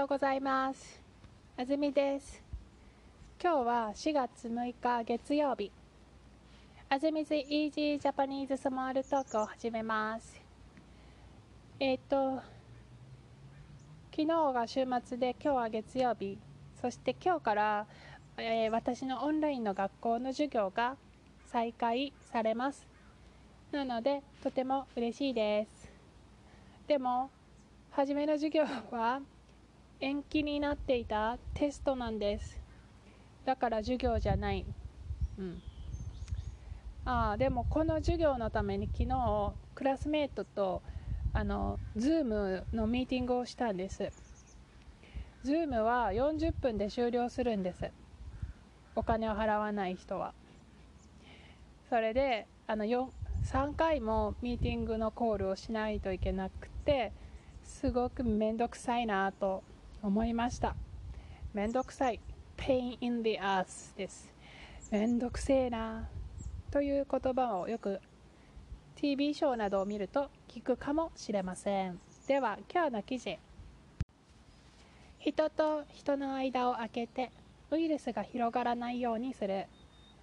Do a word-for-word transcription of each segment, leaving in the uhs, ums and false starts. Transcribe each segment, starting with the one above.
ようございます。あずみです。今日はしがつむいか月曜日。あずみずイージージャパニーズスモールトークを始めます。えっ、と、昨日が週末で今日は月曜日。そして今日から、えー、私のオンラインの学校の授業が再開されます。なのでとても嬉しいです。でも、初めの授業は延期になっていたテストなんです。だから授業じゃない。うん。ああ、でもこの授業のために昨日クラスメートとあの Zoom のミーティングをしたんです。Zoom はよんじゅっぷんで終了するんです。お金を払わない人は。それであのさんかいもミーティングのコールをしないといけなくて、すごくめんどくさいなと思いました。めんどくさい。pain in the ass です。めんどくせえなという言葉をよく ティービー ショーなどを見ると聞くかもしれません。では今日の記事。人と人の間を空けてウイルスが広がらないようにする。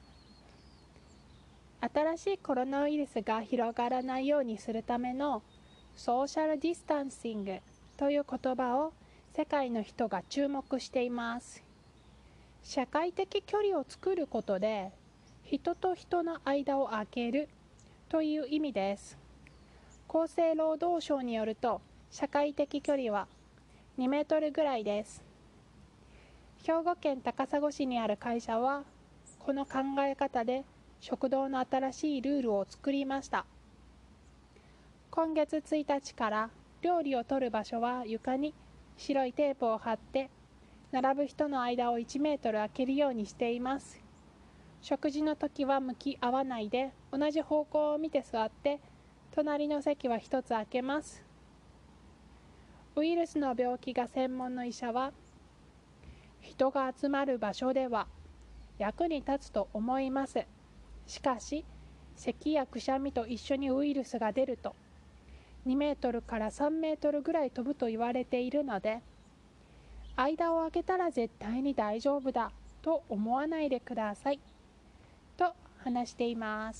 新しいコロナウイルスが広がらないようにするためのソーシャルディスタンシングという言葉を世界の人が注目しています。社会的距離を作ることで人と人の間を空けるという意味です。厚生労働省によると社会的距離はにメートルぐらいです。兵庫県高砂市にある会社はこの考え方で食堂の新しいルールを作りました。今月ついたちから料理を取る場所は床に白いテープを貼って並ぶ人の間をいちメートル空けるようにしています。食事の時は向き合わないで同じ方向を見て座って隣の席は一つ空けます。ウイルスの病気が専門の医者は人が集まる場所では役に立つと思います。しかし咳やくしゃみと一緒にウイルスが出るとにメートルからさんメートルぐらい飛ぶと言われているので、間を空けたら絶対に大丈夫だと思わないでくださいと話しています。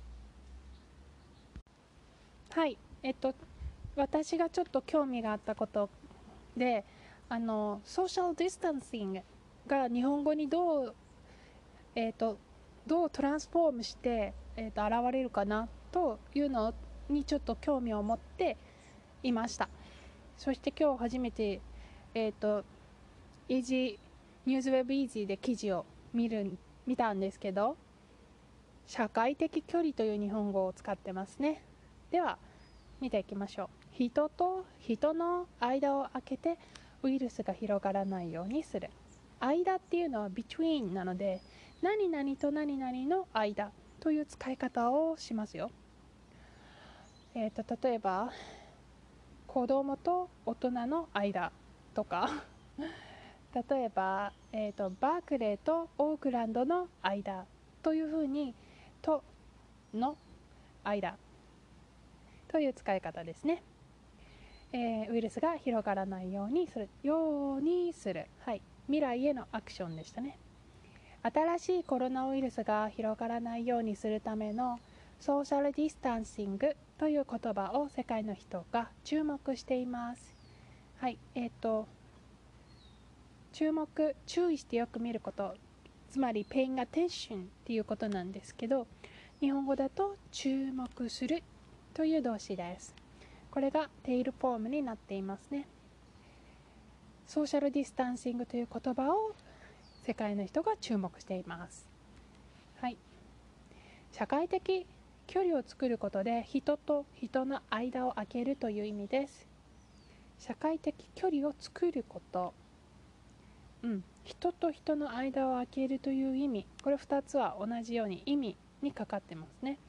はい、えっと私がちょっと興味があったことで、あのソーシャルディスタンシングが日本語にどうえっとどうトランスフォームして、えー、と現れるかなというのにちょっと興味を持っていました。そして今日初めて、えー、とイージーニューズウェブイージーで記事を見る見たんですけど、社会的距離という日本語を使ってますね。では見ていきましょう。人と人の間を空けてウイルスが広がらないようにする。間っていうのは between なので、何々と何々の間という使い方をしますよ。えーと、例えば子供と大人の間とか例えば、えーと、バークレーとオークランドの間というふうにとの間という使い方ですね。えー、ウイルスが広がらないようにするようにする、はい、未来へのアクションでしたね。新しいコロナウイルスが広がらないようにするためのソーシャルディスタンシングという言葉を世界の人が注目しています。はい、えっ、ー、と注目、注意してよく見ること、つまり paying attention っていうことなんですけど、日本語だと注目するという動詞です。これがテイルフォームになっていますね。ソーシャルディスタンシングという言葉を世界の人が注目しています。はい。社会的距離を作ることで人と人の間を空けるという意味です。社会的距離を作ること、うん、人と人の間を空けるという意味、これふたつは同じように意味にかかってますね。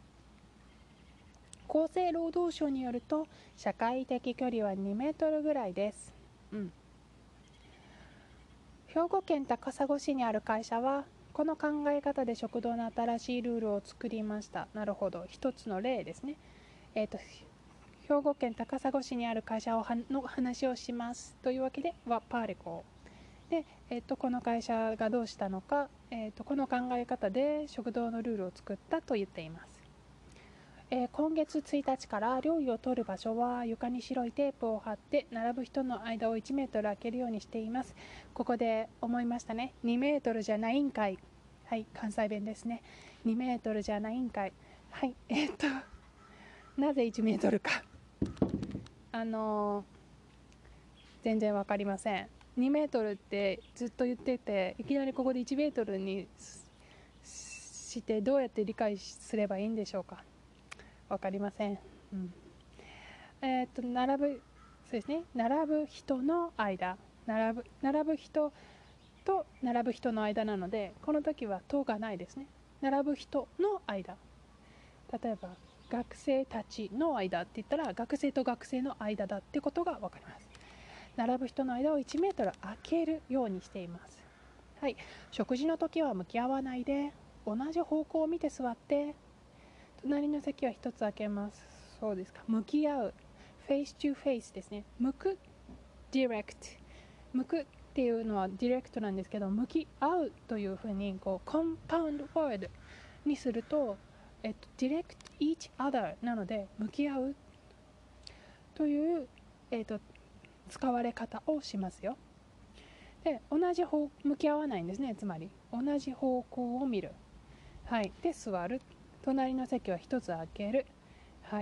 厚生労働省によると社会的距離はにメートルぐらいです。うん、兵庫県高砂市にある会社はこの考え方で食堂の新しいルールを作りました。なるほど、一つの例ですね。えーと兵庫県高砂市にある会社をの話をしますというわけでワパーレコで、えー、とこの会社がどうしたのか、えー、とこの考え方で食堂のルールを作ったと言っています。えー、今月ついたちから料理を取る場所は床に白いテープを貼って並ぶ人の間をいちメートル空けるようにしています。ここで思いましたね。にメートルじゃないんかい。はい、関西弁ですね。にメートルじゃないんかい。はい、えっとなぜいちメートルかあのー、全然わかりません。にメートルってずっと言ってて、いきなりここでいちメートルにしてどうやって理解すればいいんでしょうか。わかりません。うん、えっと並ぶそうですね。並ぶ人の間、並ぶ並ぶ人と並ぶ人の間なので、この時はとがないですね。並ぶ人の間。例えば学生たちの間って言ったら学生と学生の間だってことが分かります。並ぶ人の間をいちメートル空けるようにしています。はい、食事の時は向き合わないで同じ方向を見て座って、隣の席はひとつ空けます。そうですか。向き合う、フェイストゥフェイスですね。向く、ディレクト。向くっていうのはディレクトなんですけど、向き合うというふうにこうコンパウンドワードにすると、えっと、direct each other なので向き合うという、えっと、使われ方をしますよ。で、同じ方向き合わないんですね。つまり同じ方向を見る。はい。で、座る。隣の席はひとつ空ける。はい。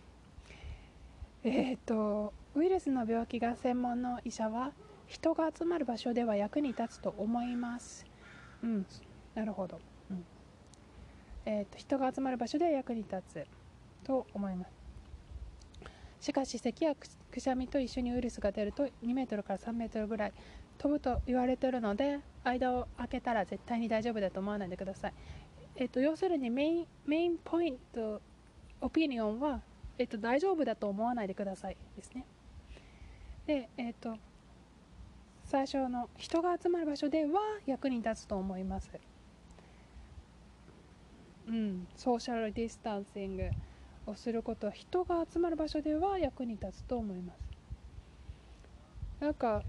えっとウイルスの病気が専門の医者は人が集まる場所では役に立つと思います。うん、なるほど。うん、えーと、人が集まる場所では役に立つと思います。しかし咳やくしゃみと一緒にウイルスが出るとにメートルからさんメートルぐらい飛ぶと言われているので、間を空けたら絶対に大丈夫だと思わないでください。えーと、要するにメイン、メインポイントオピニオンは、えーと、大丈夫だと思わないでくださいですね。で、えーと、最初の人が集まる場所では役に立つと思います。うん、ソーシャルディスタンシングをすることは人が集まる場所では役に立つと思います。なんか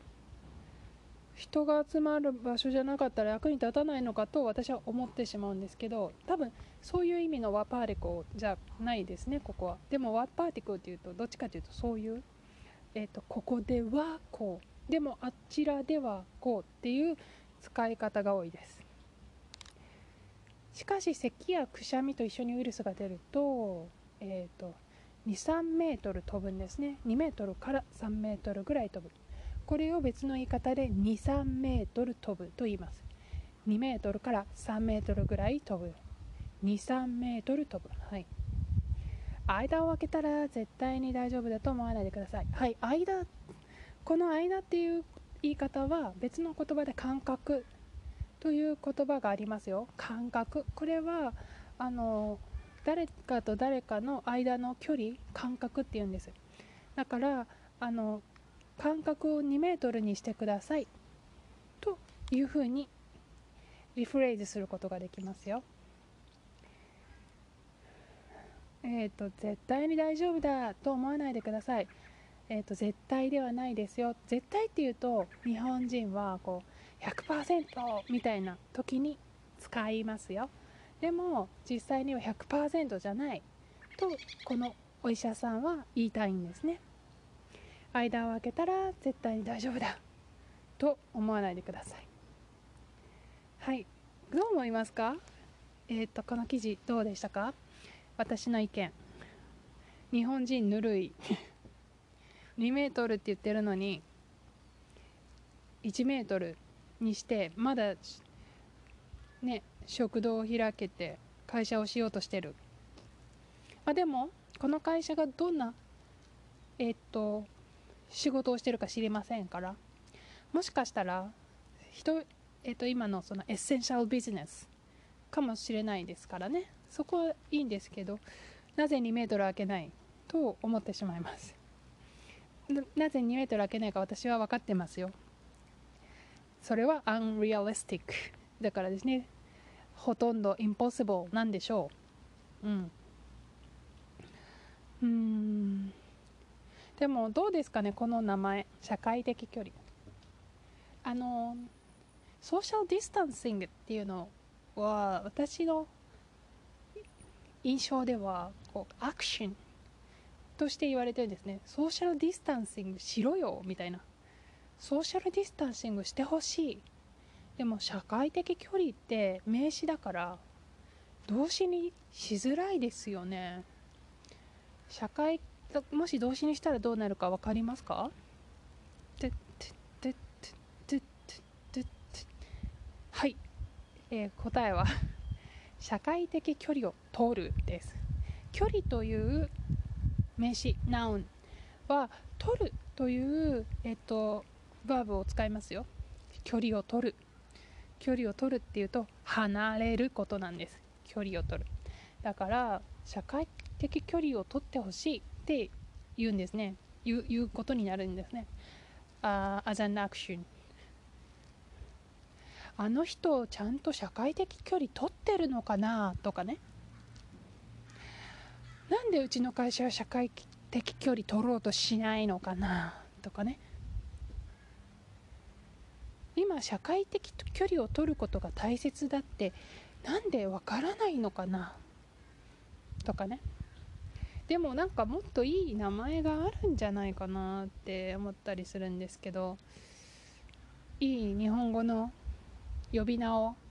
人が集まる場所じゃなかったら役に立たないのかと私は思ってしまうんですけど、多分そういう意味のワパーティコじゃないですね、ここは。でもワパーティコっていうとどっちかというとそういう、えーと、ここではこうでもあちらではこうっていう使い方が多いです。しかし咳やくしゃみと一緒にウイルスが出ると、えーと、に、さんメートル飛ぶんですね。にメートルからさんメートルぐらい飛ぶ。これを別の言い方でに、さんメートル飛ぶと言います。にメートルからさんメートルぐらい飛ぶ。に、さんメートル飛ぶ。はい。間を空けたら絶対に大丈夫だと思わないでください。はい、間。この間っていう言い方は別の言葉で間隔という言葉がありますよ。間隔。これはあの誰かと誰かの間の距離、間隔っていうんです。だからあの間隔をにメートルにしてくださいというふうにリフレーズすることができますよ。えっ、ー、と絶対に大丈夫だと思わないでください。えっ、ー、と絶対ではないですよ。絶対っていうと日本人はこう ひゃくパーセント みたいな時に使いますよ。でも実際には ひゃくパーセント じゃないとこのお医者さんは言いたいんですね。間を空けたら絶対に大丈夫だと思わないでください。はい、どう思いますか？えっ、ー、とこの記事どうでしたか？私の意見、日本人ぬるいにメートルって言ってるのにいちメートルにしてまだね食堂を開けて会社をしようとしてる。あでもこの会社がどんなえっ、ー、と仕事をしてるか知りませんから、もしかしたら人、えー、と今のそのエッセンシャルビジネスかもしれないですからね。そこはいいんですけど、なぜにメートル開けないと思ってしまいます。 な, なぜにメートル開けないか私は分かってますよ。それは unrealistic だからですね。ほとんど impossible なんでしょう。うんうーんでもどうですかね、この名前、社会的距離。あのソーシャルディスタンシングっていうのは私の印象ではこうアクションとして言われてるんですね。ソーシャルディスタンシングしろよみたいな、ソーシャルディスタンシングしてほしい。でも社会的距離って名詞だから動詞にしづらいですよね。社会もし動詞にしたらどうなるか分かりますか？はい、えー答えは社会的距離を取るです。距離という名詞、ナウンは取るという、えっと、バーブを使いますよ。距離を取る。距離を取るっていうと離れることなんです。距離を取る。だから社会的距離を取ってほしいって言うんですね。言う、言うことになるんですね。uh, as an action。あの人ちゃんと社会的距離取ってるのかなとかね。なんでうちの会社は社会的距離取ろうとしないのかなとかね。今社会的距離を取ることが大切だってなんでわからないのかなとかね。でもなんかもっといい名前があるんじゃないかなって思ったりするんですけど、いい日本語の呼び名を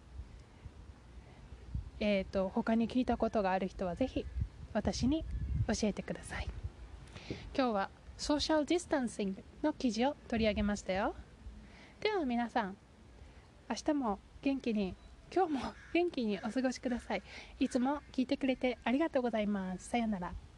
えーと他に聞いたことがある人はぜひ私に教えてください。今日はソーシャルディスタンシングの記事を取り上げましたよ。では皆さん、明日も元気に、今日も元気にお過ごしください。いつも聞いてくれてありがとうございます。さよなら。